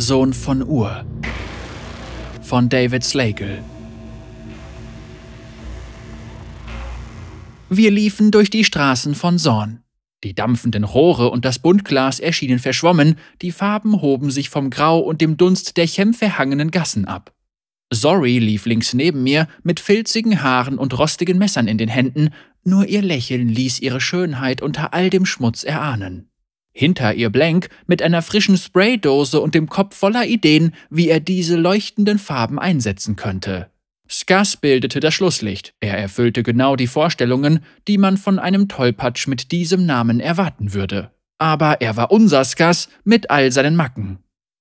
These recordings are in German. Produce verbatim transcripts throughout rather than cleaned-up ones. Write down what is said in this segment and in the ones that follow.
Sohn von Ur von David Slagle. Wir liefen durch die Straßen von Zorn. Die dampfenden Rohre und das Buntglas erschienen verschwommen, die Farben hoben sich vom Grau und dem Dunst der chemverhangenen Gassen ab. Zori lief links neben mir mit filzigen Haaren und rostigen Messern in den Händen, nur ihr Lächeln ließ ihre Schönheit unter all dem Schmutz erahnen. Hinter ihr Blank mit einer frischen Spraydose und dem Kopf voller Ideen, wie er diese leuchtenden Farben einsetzen könnte. Skaz bildete das Schlusslicht. Er erfüllte genau die Vorstellungen, die man von einem Tollpatsch mit diesem Namen erwarten würde. Aber er war unser Skaz mit all seinen Macken.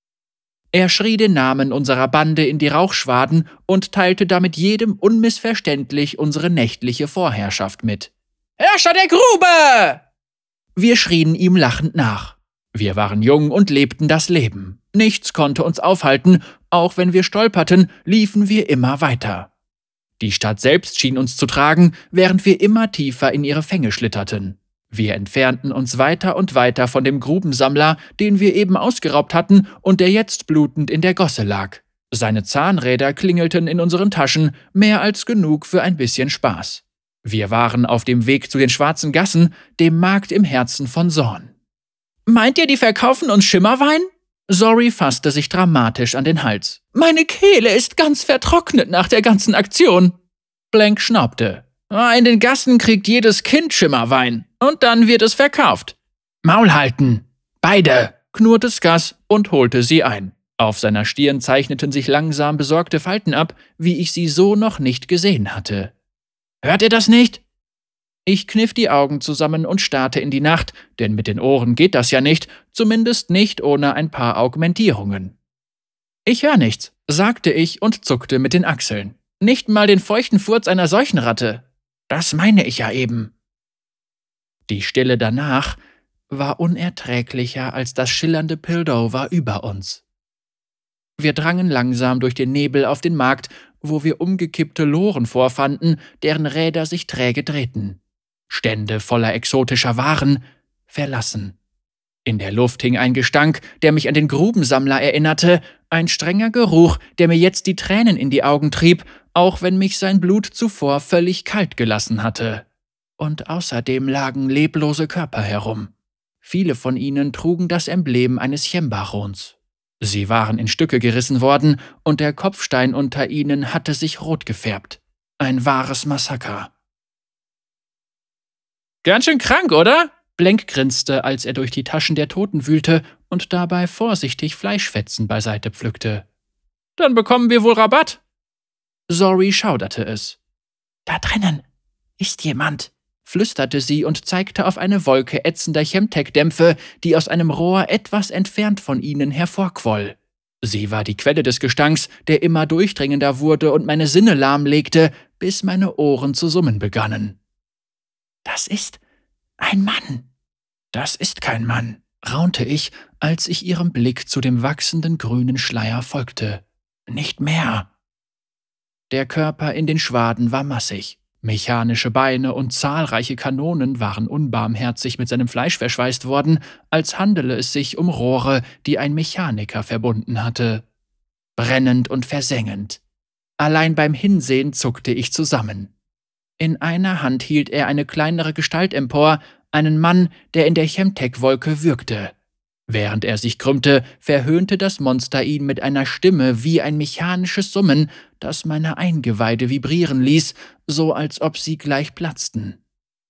Er schrie den Namen unserer Bande in die Rauchschwaden und teilte damit jedem unmissverständlich unsere nächtliche Vorherrschaft mit. »Herrscher der Grube!« Wir schrien ihm lachend nach. Wir waren jung und lebten das Leben. Nichts konnte uns aufhalten, auch wenn wir stolperten, liefen wir immer weiter. Die Stadt selbst schien uns zu tragen, während wir immer tiefer in ihre Fänge schlitterten. Wir entfernten uns weiter und weiter von dem Grubensammler, den wir eben ausgeraubt hatten und der jetzt blutend in der Gosse lag. Seine Zahnräder klingelten in unseren Taschen, mehr als genug für ein bisschen Spaß. Wir waren auf dem Weg zu den Schwarzen Gassen, dem Markt im Herzen von Zorn. »Meint ihr, die verkaufen uns Schimmerwein?« Zori fasste sich dramatisch an den Hals. »Meine Kehle ist ganz vertrocknet nach der ganzen Aktion.« Blank schnaubte. »In den Gassen kriegt jedes Kind Schimmerwein. Und dann wird es verkauft.« »Maul halten! Beide!« knurrte Skaz und holte sie ein. Auf seiner Stirn zeichneten sich langsam besorgte Falten ab, wie ich sie so noch nicht gesehen hatte. »Hört ihr das nicht?« Ich kniff die Augen zusammen und starrte in die Nacht, denn mit den Ohren geht das ja nicht, zumindest nicht ohne ein paar Augmentierungen. »Ich hör nichts«, sagte ich und zuckte mit den Achseln. »Nicht mal den feuchten Furz einer Seuchenratte. Das meine ich ja eben.« Die Stille danach war unerträglicher als das schillernde Pildover über uns. Wir drangen langsam durch den Nebel auf den Markt, wo wir umgekippte Loren vorfanden, deren Räder sich träge drehten. Stände voller exotischer Waren, verlassen. In der Luft hing ein Gestank, der mich an den Grubensammler erinnerte, ein strenger Geruch, der mir jetzt die Tränen in die Augen trieb, auch wenn mich sein Blut zuvor völlig kalt gelassen hatte. Und außerdem lagen leblose Körper herum. Viele von ihnen trugen das Emblem eines Chembarons. Sie waren in Stücke gerissen worden und der Kopfstein unter ihnen hatte sich rot gefärbt. Ein wahres Massaker. »Ganz schön krank, oder?« Blank grinste, als er durch die Taschen der Toten wühlte und dabei vorsichtig Fleischfetzen beiseite pflückte. »Dann bekommen wir wohl Rabatt.« Zori schauderte es. »Da drinnen ist jemand«, flüsterte sie und zeigte auf eine Wolke ätzender Chemtech-Dämpfe, die aus einem Rohr etwas entfernt von ihnen hervorquoll. Sie war die Quelle des Gestanks, der immer durchdringender wurde und meine Sinne lahmlegte, bis meine Ohren zu summen begannen. »Das ist ein Mann.« »Das ist kein Mann«, raunte ich, als ich ihrem Blick zu dem wachsenden grünen Schleier folgte. »Nicht mehr.« Der Körper in den Schwaden war massig. Mechanische Beine und zahlreiche Kanonen waren unbarmherzig mit seinem Fleisch verschweißt worden, als handele es sich um Rohre, die ein Mechaniker verbunden hatte. Brennend und versengend. Allein beim Hinsehen zuckte ich zusammen. In einer Hand hielt er eine kleinere Gestalt empor, einen Mann, der in der Chemtech-Wolke würgte. Während er sich krümmte, verhöhnte das Monster ihn mit einer Stimme wie ein mechanisches Summen, das meine Eingeweide vibrieren ließ, so als ob sie gleich platzten.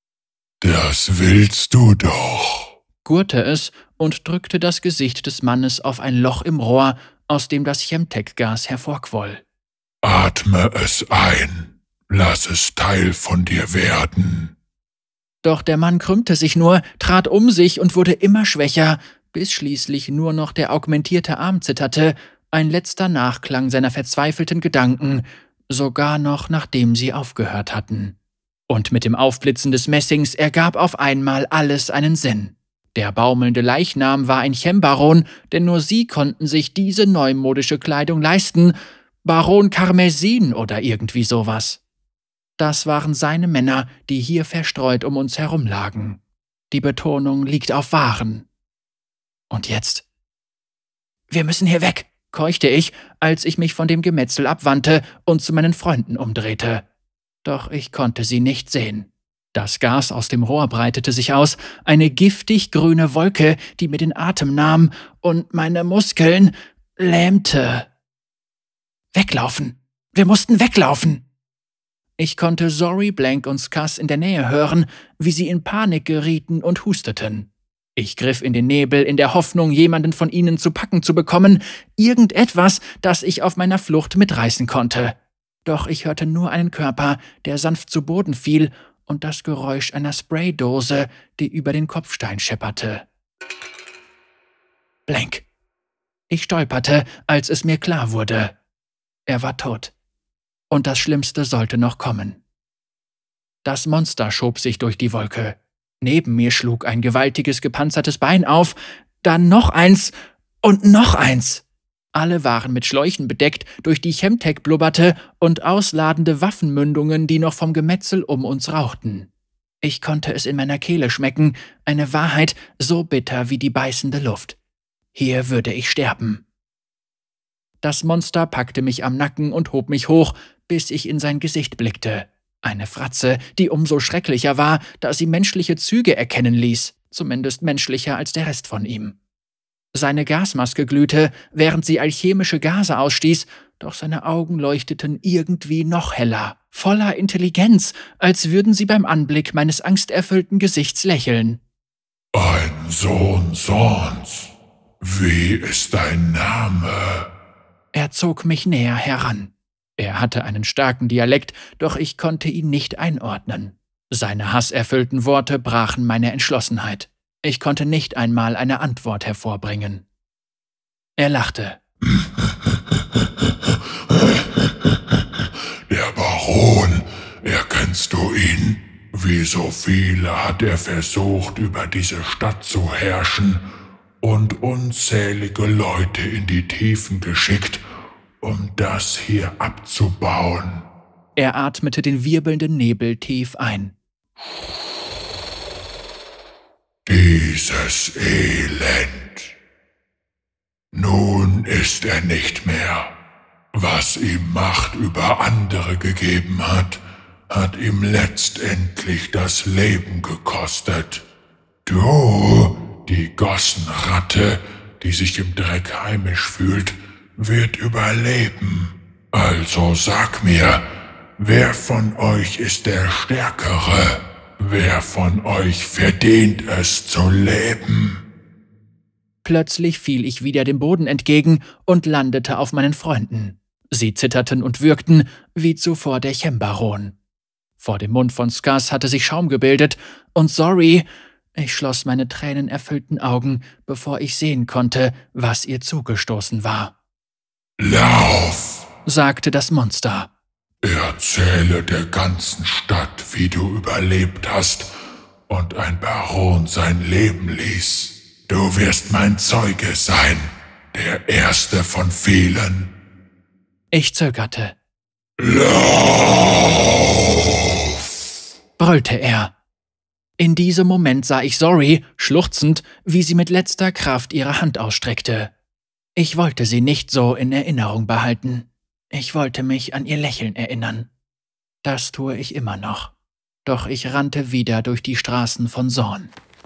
»Das willst du doch«, gurrte es und drückte das Gesicht des Mannes auf ein Loch im Rohr, aus dem das Chemtech-Gas hervorquoll. »Atme es ein, lass es Teil von dir werden.« Doch der Mann krümmte sich nur, trat um sich und wurde immer schwächer, bis schließlich nur noch der augmentierte Arm zitterte, ein letzter Nachklang seiner verzweifelten Gedanken, sogar noch nachdem sie aufgehört hatten. Und mit dem Aufblitzen des Messings ergab auf einmal alles einen Sinn. Der baumelnde Leichnam war ein Chembaron, denn nur sie konnten sich diese neumodische Kleidung leisten, Baron Karmesin oder irgendwie sowas. Das waren seine Männer, die hier verstreut um uns herum lagen. Die Betonung liegt auf waren. Und jetzt? Wir müssen hier weg, keuchte ich, als ich mich von dem Gemetzel abwandte und zu meinen Freunden umdrehte. Doch ich konnte sie nicht sehen. Das Gas aus dem Rohr breitete sich aus, eine giftig grüne Wolke, die mir den Atem nahm und meine Muskeln lähmte. Weglaufen! Wir mussten weglaufen! Ich konnte Zori, Blank und Skaz in der Nähe hören, wie sie in Panik gerieten und husteten. Ich griff in den Nebel in der Hoffnung, jemanden von ihnen zu packen zu bekommen, irgendetwas, das ich auf meiner Flucht mitreißen konnte. Doch ich hörte nur einen Körper, der sanft zu Boden fiel, und das Geräusch einer Spraydose, die über den Kopfstein schepperte. Blank. Ich stolperte, als es mir klar wurde. Er war tot. Und das Schlimmste sollte noch kommen. Das Monster schob sich durch die Wolke. Neben mir schlug ein gewaltiges, gepanzertes Bein auf, dann noch eins und noch eins. Alle waren mit Schläuchen bedeckt, durch die Chemtech blubberte, und ausladende Waffenmündungen, die noch vom Gemetzel um uns rauchten. Ich konnte es in meiner Kehle schmecken, eine Wahrheit so bitter wie die beißende Luft. Hier würde ich sterben. Das Monster packte mich am Nacken und hob mich hoch, bis ich in sein Gesicht blickte. Eine Fratze, die umso schrecklicher war, da sie menschliche Züge erkennen ließ, zumindest menschlicher als der Rest von ihm. Seine Gasmaske glühte, während sie alchemische Gase ausstieß, doch seine Augen leuchteten irgendwie noch heller, voller Intelligenz, als würden sie beim Anblick meines angsterfüllten Gesichts lächeln. Ein Sohn Zorns. Wie ist dein Name? Er zog mich näher heran. Er hatte einen starken Dialekt, doch ich konnte ihn nicht einordnen. Seine hasserfüllten Worte brachen meine Entschlossenheit. Ich konnte nicht einmal eine Antwort hervorbringen. Er lachte. Der Baron, erkennst du ihn? Wie so viele hat er versucht, über diese Stadt zu herrschen und unzählige Leute in die Tiefen geschickt, um das hier abzubauen. Er atmete den wirbelnden Nebel tief ein. Dieses Elend. Nun ist er nicht mehr. Was ihm Macht über andere gegeben hat, hat ihm letztendlich das Leben gekostet. Du, die Gossenratte, die sich im Dreck heimisch fühlt, wird überleben. Also sag mir, wer von euch ist der Stärkere? Wer von euch verdient es zu leben? Plötzlich fiel ich wieder dem Boden entgegen und landete auf meinen Freunden. Sie zitterten und würgten, wie zuvor der Chem-Baron. Vor dem Mund von Skaz hatte sich Schaum gebildet, und Zori, ich schloss meine tränenerfüllten Augen, bevor ich sehen konnte, was ihr zugestoßen war. Lauf, sagte das Monster. Erzähle der ganzen Stadt, wie du überlebt hast und ein Baron sein Leben ließ. Du wirst mein Zeuge sein, der erste von vielen. Ich zögerte. Lauf! Brüllte er. In diesem Moment sah ich Zori, schluchzend, wie sie mit letzter Kraft ihre Hand ausstreckte. Ich wollte sie nicht so in Erinnerung behalten. Ich wollte mich an ihr Lächeln erinnern. Das tue ich immer noch. Doch ich rannte wieder durch die Straßen von Zorn.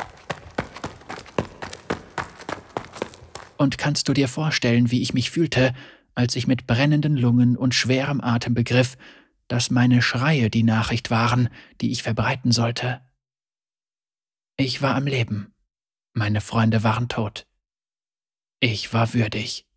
Und kannst du dir vorstellen, wie ich mich fühlte, als ich mit brennenden Lungen und schwerem Atem begriff, dass meine Schreie die Nachricht waren, die ich verbreiten sollte? Ich war am Leben. Meine Freunde waren tot. Ich war würdig.